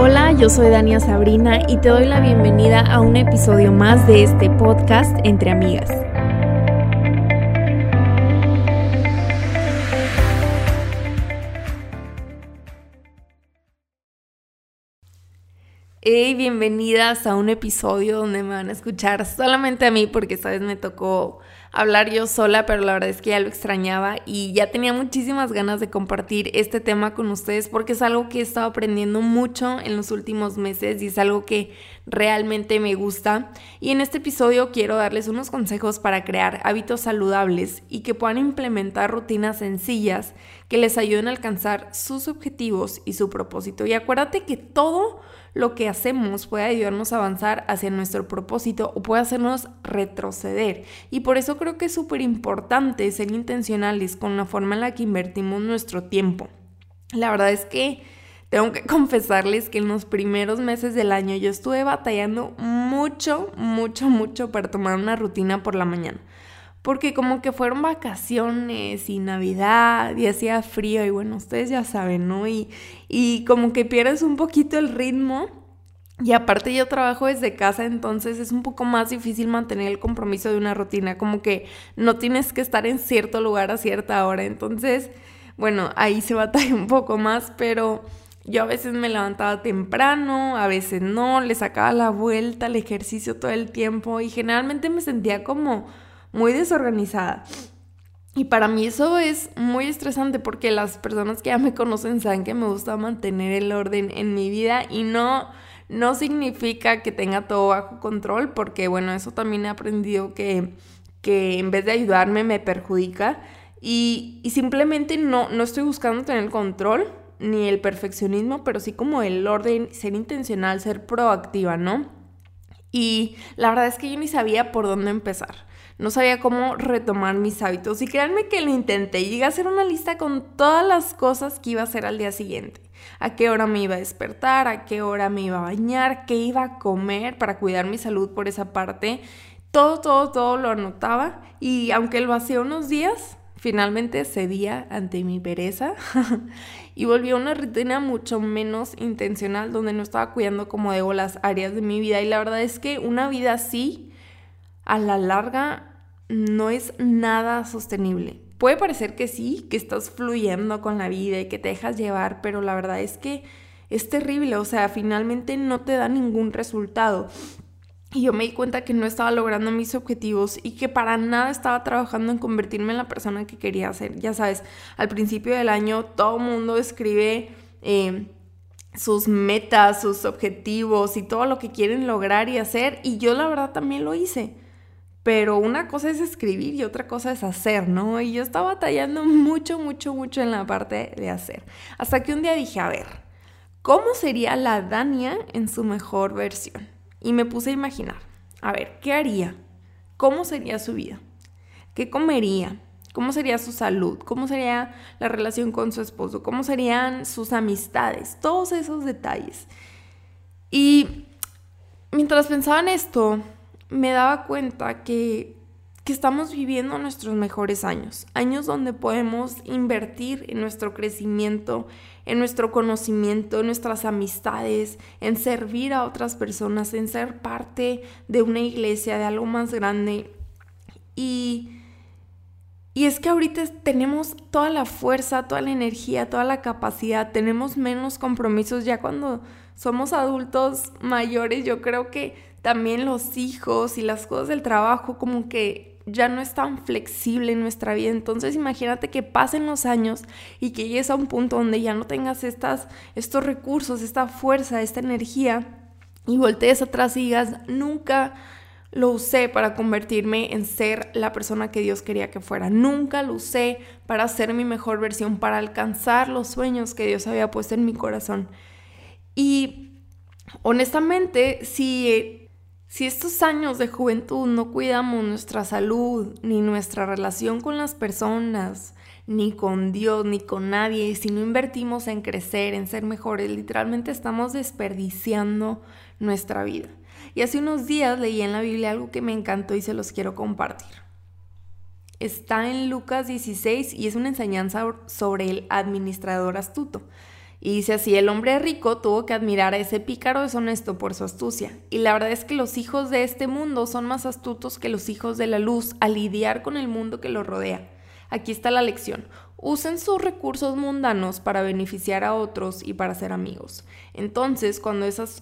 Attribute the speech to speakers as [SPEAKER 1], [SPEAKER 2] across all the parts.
[SPEAKER 1] Hola, yo soy Dania Sabrina y te doy la bienvenida a un episodio más de este podcast Entre Amigas. Hey, bienvenidas a un episodio donde me van a escuchar solamente a mí porque esta vez me tocó hablar yo sola, pero la verdad es que ya lo extrañaba y ya tenía muchísimas ganas de compartir este tema con ustedes porque es algo que he estado aprendiendo mucho en los últimos meses y es algo que realmente me gusta. Y en este episodio quiero darles unos consejos para crear hábitos saludables y que puedan implementar rutinas sencillas que les ayuden a alcanzar sus objetivos y su propósito. Y acuérdate que todo lo que hacemos puede ayudarnos a avanzar hacia nuestro propósito o puede hacernos retroceder. Y por eso creo que es súper importante ser intencionales con la forma en la que invertimos nuestro tiempo. La verdad es que tengo que confesarles que en los primeros meses del año yo estuve batallando mucho para tomar una rutina por la mañana. Porque como que fueron vacaciones y Navidad y hacía frío y bueno, ustedes ya saben, ¿no? Y como que pierdes un poquito el ritmo y aparte yo trabajo desde casa, entonces es un poco más difícil mantener el compromiso de una rutina, como que no tienes que estar en cierto lugar a cierta hora, entonces, bueno, ahí se batalla un poco más, pero yo a veces me levantaba temprano, a veces no, le sacaba la vuelta al ejercicio todo el tiempo y generalmente me sentía como muy desorganizada. Y para mí eso es muy estresante porque las personas que ya me conocen saben que me gusta mantener el orden en mi vida y no significa que tenga todo bajo control porque bueno, eso también he aprendido que en vez de ayudarme me perjudica y simplemente no estoy buscando tener el control ni el perfeccionismo, pero sí como el orden, ser intencional, ser proactiva, ¿no? Y la verdad es que yo ni sabía por dónde empezar. No sabía cómo retomar mis hábitos y créanme que lo intenté. Llegué a hacer una lista con todas las cosas que iba a hacer al día siguiente. A qué hora me iba a despertar, a qué hora me iba a bañar, qué iba a comer para cuidar mi salud por esa parte. Todo lo anotaba y aunque lo hacía unos días, finalmente cedía ante mi pereza y volví a una rutina mucho menos intencional donde no estaba cuidando como debo las áreas de mi vida. Y la verdad es que una vida así a la larga no es nada sostenible. Puede parecer que sí, que estás fluyendo con la vida y que te dejas llevar, pero la verdad es que es terrible, o sea, finalmente no te da ningún resultado. Y yo me di cuenta que no estaba logrando mis objetivos y que para nada estaba trabajando en convertirme en la persona que quería ser. Ya sabes, al principio del año todo el mundo escribe sus metas, sus objetivos y todo lo que quieren lograr y hacer, y yo la verdad también lo hice. Pero una cosa es escribir y otra cosa es hacer, ¿no? Y yo estaba batallando mucho en la parte de hacer. Hasta que un día dije, a ver, ¿cómo sería la Dania en su mejor versión? Y me puse a imaginar, a ver, ¿qué haría? ¿Cómo sería su vida? ¿Qué comería? ¿Cómo sería su salud? ¿Cómo sería la relación con su esposo? ¿Cómo serían sus amistades? Todos esos detalles. Y mientras pensaba en esto, me daba cuenta que estamos viviendo nuestros mejores años donde podemos invertir en nuestro crecimiento, en nuestro conocimiento, en nuestras amistades, en servir a otras personas, en ser parte de una iglesia, de algo más grande. Y es que ahorita tenemos toda la fuerza, toda la energía, toda la capacidad, tenemos menos compromisos ya cuando somos adultos mayores. Yo creo que también los hijos y las cosas del trabajo como que ya no es tan flexible en nuestra vida. Entonces imagínate que pasen los años y que llegues a un punto donde ya no tengas estos recursos, esta fuerza, esta energía y voltees atrás y digas, nunca lo usé para convertirme en ser la persona que Dios quería que fuera. Nunca lo usé para ser mi mejor versión, para alcanzar los sueños que Dios había puesto en mi corazón. Y honestamente, si estos años de juventud no cuidamos nuestra salud, ni nuestra relación con las personas, ni con Dios, ni con nadie, si no invertimos en crecer, en ser mejores, literalmente estamos desperdiciando nuestra vida. Y hace unos días leí en la Biblia algo que me encantó y se los quiero compartir. Está en Lucas 16 y es una enseñanza sobre el administrador astuto. Y dice así: el hombre rico tuvo que admirar a ese pícaro deshonesto por su astucia. Y la verdad es que los hijos de este mundo son más astutos que los hijos de la luz al lidiar con el mundo que los rodea. Aquí está la lección: usen sus recursos mundanos para beneficiar a otros y para ser amigos. Entonces, cuando esas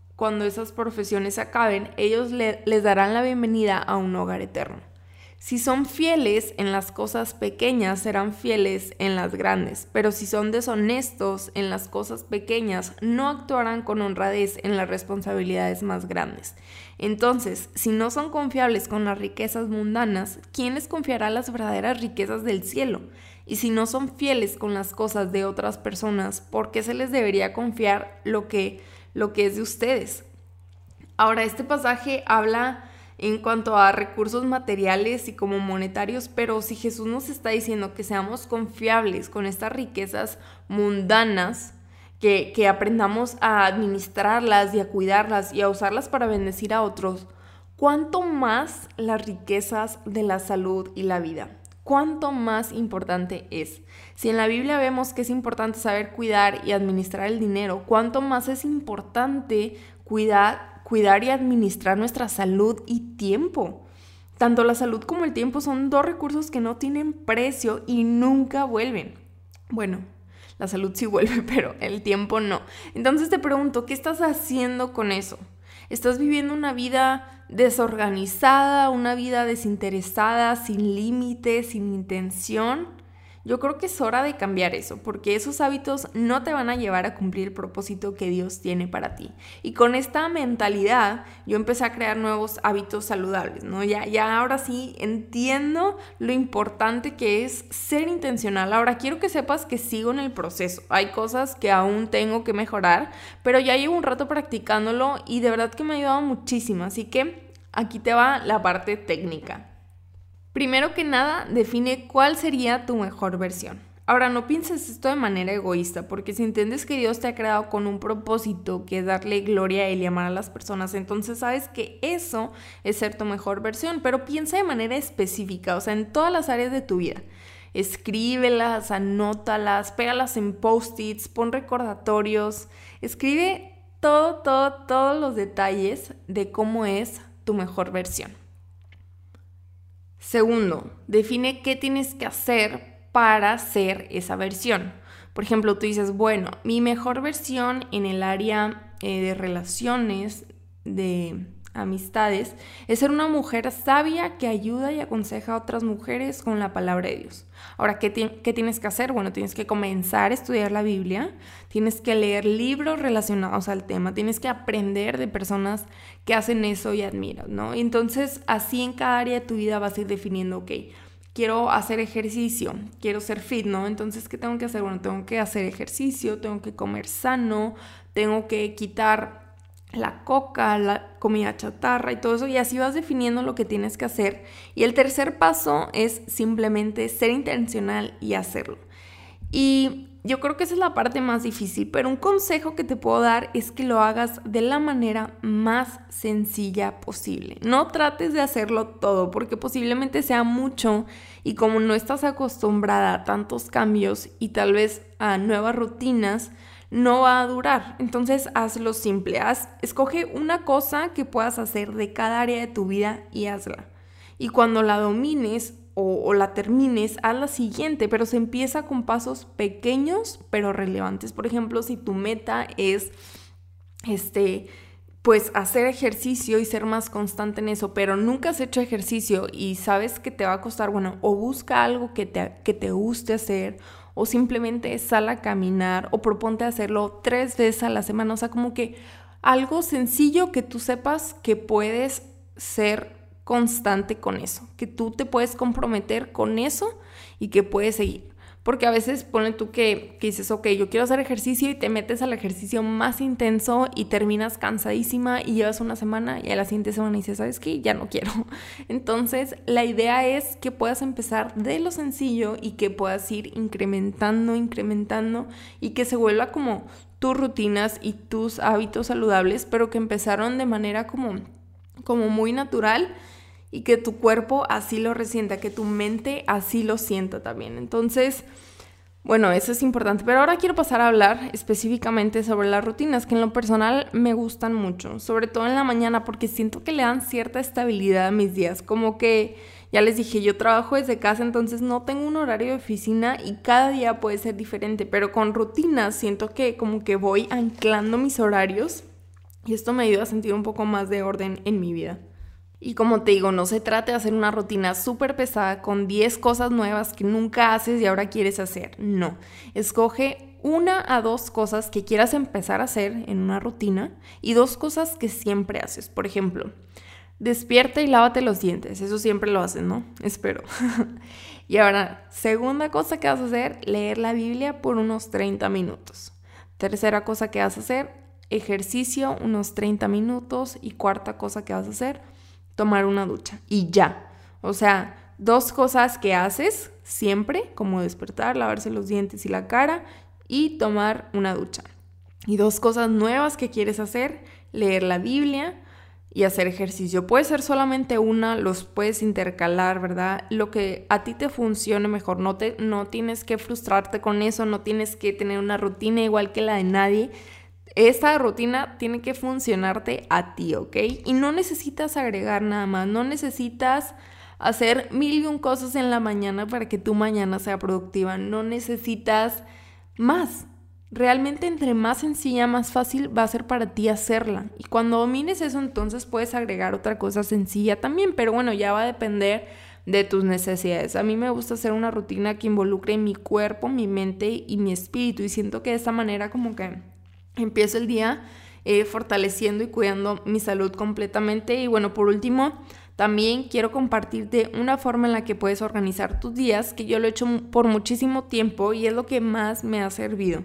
[SPEAKER 1] profesiones acaben, ellos les darán la bienvenida a un hogar eterno. Si son fieles en las cosas pequeñas, serán fieles en las grandes, pero si son deshonestos en las cosas pequeñas, no actuarán con honradez en las responsabilidades más grandes. Entonces, si no son confiables con las riquezas mundanas, ¿quién les confiará las verdaderas riquezas del cielo? Y si no son fieles con las cosas de otras personas, ¿por qué se les debería confiar lo que es de ustedes? Ahora, este pasaje habla en cuanto a recursos materiales y como monetarios, pero si Jesús nos está diciendo que seamos confiables con estas riquezas mundanas, que aprendamos a administrarlas y a cuidarlas y a usarlas para bendecir a otros, ¿cuánto más las riquezas de la salud y la vida? ¿Cuánto más importante es? Si en la Biblia vemos que es importante saber cuidar y administrar el dinero, ¿cuánto más es importante cuidar y administrar nuestra salud y tiempo? Tanto la salud como el tiempo son dos recursos que no tienen precio y nunca vuelven. Bueno, la salud sí vuelve, pero el tiempo no. Entonces te pregunto, ¿qué estás haciendo con eso? ¿Estás viviendo una vida desorganizada, una vida desinteresada, sin límites, sin intención? Yo creo que es hora de cambiar eso, porque esos hábitos no te van a llevar a cumplir el propósito que Dios tiene para ti. Y con esta mentalidad yo empecé a crear nuevos hábitos saludables, ¿no? Ya ahora sí entiendo lo importante que es ser intencional. Ahora quiero que sepas que sigo en el proceso. Hay cosas que aún tengo que mejorar, pero ya llevo un rato practicándolo y de verdad que me ha ayudado muchísimo. Así que aquí te va la parte técnica. Primero que nada, define cuál sería tu mejor versión. Ahora, no pienses esto de manera egoísta, porque si entiendes que Dios te ha creado con un propósito, que es darle gloria a Él y amar a las personas, entonces sabes que eso es ser tu mejor versión, pero piensa de manera específica, o sea, en todas las áreas de tu vida. Escríbelas, anótalas, pégalas en post-its, pon recordatorios, escribe todos los detalles de cómo es tu mejor versión. Segundo, define qué tienes que hacer para ser esa versión. Por ejemplo, tú dices, bueno, mi mejor versión en el área de relaciones, de amistades, es ser una mujer sabia que ayuda y aconseja a otras mujeres con la palabra de Dios. Ahora, ¿qué tienes que hacer? Bueno, tienes que comenzar a estudiar la Biblia, tienes que leer libros relacionados al tema, tienes que aprender de personas que hacen eso y admiras, ¿no? Entonces, así en cada área de tu vida vas a ir definiendo, ok, quiero hacer ejercicio, quiero ser fit, ¿no? Entonces, ¿qué tengo que hacer? Bueno, tengo que hacer ejercicio, tengo que comer sano, tengo que quitar la coca, la comida chatarra y todo eso, y así vas definiendo lo que tienes que hacer. Y el tercer paso es simplemente ser intencional y hacerlo. Y yo creo que esa es la parte más difícil, pero un consejo que te puedo dar es que lo hagas de la manera más sencilla posible. No trates de hacerlo todo, porque posiblemente sea mucho y como no estás acostumbrada a tantos cambios y tal vez a nuevas rutinas, no va a durar. Entonces hazlo simple. Escoge una cosa que puedas hacer de cada área de tu vida y hazla. Y cuando la domines o la termines, haz la siguiente, pero se empieza con pasos pequeños pero relevantes. Por ejemplo, si tu meta es pues hacer ejercicio y ser más constante en eso, pero nunca has hecho ejercicio y sabes que te va a costar, bueno, o busca algo que te guste hacer, o simplemente sal a caminar, o proponte hacerlo 3 veces a la semana. O sea, como que algo sencillo que tú sepas que puedes ser constante con eso, que tú te puedes comprometer con eso y que puedes seguir. Porque a veces ponle tú que dices, ok, yo quiero hacer ejercicio y te metes al ejercicio más intenso y terminas cansadísima y llevas una semana y a la siguiente semana dices, ¿sabes qué? Ya no quiero. Entonces, la idea es que puedas empezar de lo sencillo y que puedas ir incrementando y que se vuelva como tus rutinas y tus hábitos saludables, pero que empezaron de manera como muy natural y que tu cuerpo así lo resienta, que tu mente así lo sienta también. Entonces, Bueno, eso es importante, pero ahora quiero pasar a hablar específicamente sobre las rutinas, que en lo personal me gustan mucho, sobre todo en la mañana, porque siento que le dan cierta estabilidad a mis días, como que, ya les dije, yo trabajo desde casa, entonces no tengo un horario de oficina y cada día puede ser diferente, pero con rutinas siento que como que voy anclando mis horarios y esto me ayuda a sentir un poco más de orden en mi vida. Y como te digo, no se trata de hacer una rutina súper pesada con 10 cosas nuevas que nunca haces y ahora quieres hacer. No, escoge 1 a 2 cosas que quieras empezar a hacer en una rutina y 2 cosas que siempre haces. Por ejemplo, despierta y lávate los dientes. Eso siempre lo haces, ¿no? Espero. Y ahora, segunda cosa que vas a hacer, leer la Biblia por unos 30 minutos. Tercera cosa que vas a hacer, ejercicio unos 30 minutos. Y cuarta cosa que vas a hacer, tomar una ducha y ya. O sea, 2 cosas que haces siempre, como despertar, lavarse los dientes y la cara y tomar una ducha. Y 2 cosas nuevas que quieres hacer, leer la Biblia y hacer ejercicio. Puede ser solamente una, los puedes intercalar, ¿verdad? Lo que a ti te funcione mejor. No tienes que frustrarte con eso, no tienes que tener una rutina igual que la de nadie. Esta rutina tiene que funcionarte a ti, ¿ok? Y no necesitas agregar nada más, no necesitas hacer 1001 cosas en la mañana para que tu mañana sea productiva, no necesitas más. Realmente entre más sencilla, más fácil va a ser para ti hacerla. Y cuando domines eso, entonces puedes agregar otra cosa sencilla también, pero bueno, ya va a depender de tus necesidades. A mí me gusta hacer una rutina que involucre mi cuerpo, mi mente y mi espíritu y siento que de esta manera como que empiezo el día fortaleciendo y cuidando mi salud completamente. Y bueno, por último, también quiero compartirte una forma en la que puedes organizar tus días, que yo lo he hecho por muchísimo tiempo y es lo que más me ha servido.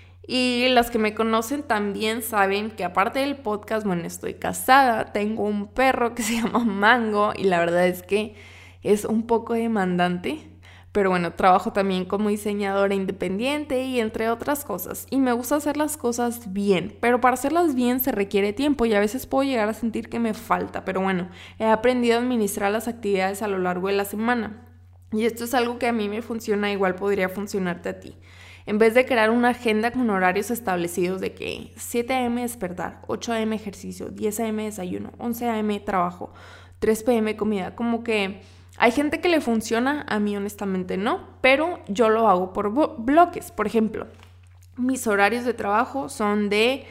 [SPEAKER 1] Y las que me conocen también saben que aparte del podcast, bueno, estoy casada, tengo un perro que se llama Mango y la verdad es que es un poco demandante. Pero bueno, trabajo también como diseñadora independiente y entre otras cosas. Y me gusta hacer las cosas bien, pero para hacerlas bien se requiere tiempo y a veces puedo llegar a sentir que me falta. Pero bueno, he aprendido a administrar las actividades a lo largo de la semana. Y esto es algo que a mí me funciona, igual podría funcionarte a ti. En vez de crear una agenda con horarios establecidos de que 7 a.m. despertar, 8 a.m. ejercicio, 10 a.m. desayuno, 11 a.m. trabajo, 3 p.m. comida, como que hay gente que le funciona, a mí honestamente no, pero yo lo hago por bloques. Por ejemplo, mis horarios de trabajo son de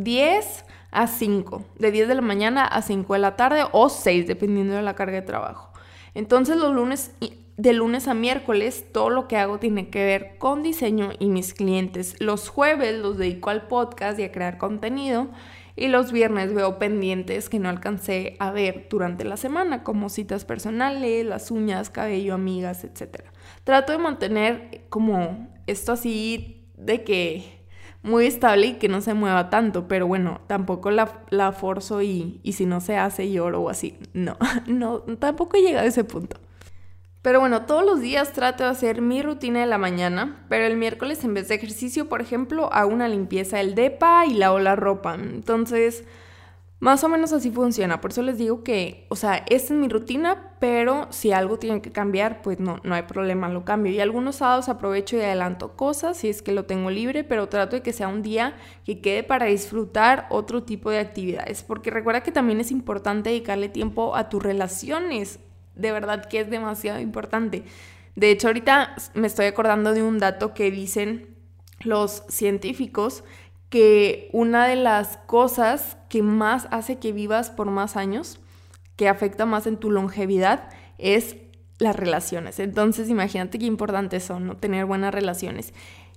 [SPEAKER 1] 10 a 5, de 10 de la mañana a 5 de la tarde o 6, dependiendo de la carga de trabajo. Entonces los lunes, de lunes a miércoles, todo lo que hago tiene que ver con diseño y mis clientes. Los jueves los dedico al podcast y a crear contenido. Y los viernes veo pendientes que no alcancé a ver durante la semana, como citas personales, las uñas, cabello, amigas, etc. Trato de mantener como esto así de que muy estable y que no se mueva tanto, pero bueno, tampoco la forzo y si no se hace lloro o así. No, tampoco he llegado a ese punto. Pero bueno, todos los días trato de hacer mi rutina de la mañana, pero el miércoles en vez de ejercicio, por ejemplo, hago una limpieza del depa y lavo la ropa. Entonces, más o menos así funciona. Por eso les digo que, o sea, esta es mi rutina, pero si algo tiene que cambiar, pues no hay problema, lo cambio. Y algunos sábados aprovecho y adelanto cosas si es que lo tengo libre, pero trato de que sea un día que quede para disfrutar otro tipo de actividades. Porque recuerda que también es importante dedicarle tiempo a tus relaciones. De verdad que es demasiado importante. De hecho, ahorita me estoy acordando de un dato que dicen los científicos, que una de las cosas que más hace que vivas por más años, que afecta más en tu longevidad, es las relaciones. Entonces, imagínate qué importantes son, ¿no? Tener buenas relaciones.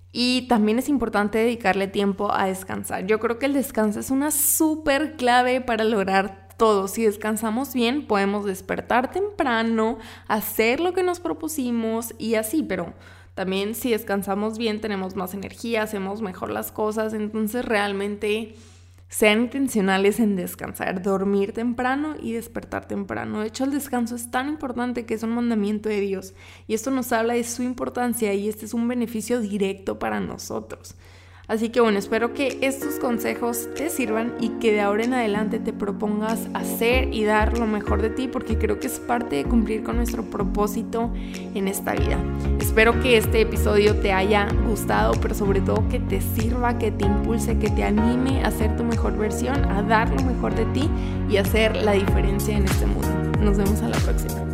[SPEAKER 1] Y también es importante dedicarle tiempo a descansar. Yo creo que el descanso es una súper clave para lograr todo. Si descansamos bien, podemos despertar temprano, hacer lo que nos propusimos y así, pero también si descansamos bien tenemos más energía, hacemos mejor las cosas, entonces realmente sean intencionales en descansar, dormir temprano y despertar temprano. De hecho, el descanso es tan importante que es un mandamiento de Dios y esto nos habla de su importancia y este es un beneficio directo para nosotros. Así que bueno, espero que estos consejos te sirvan y que de ahora en adelante te propongas hacer y dar lo mejor de ti, porque creo que es parte de cumplir con nuestro propósito en esta vida. Espero que este episodio te haya gustado, pero sobre todo que te sirva, que te impulse, que te anime a ser tu mejor versión, a dar lo mejor de ti y hacer la diferencia en este mundo. Nos vemos a la próxima.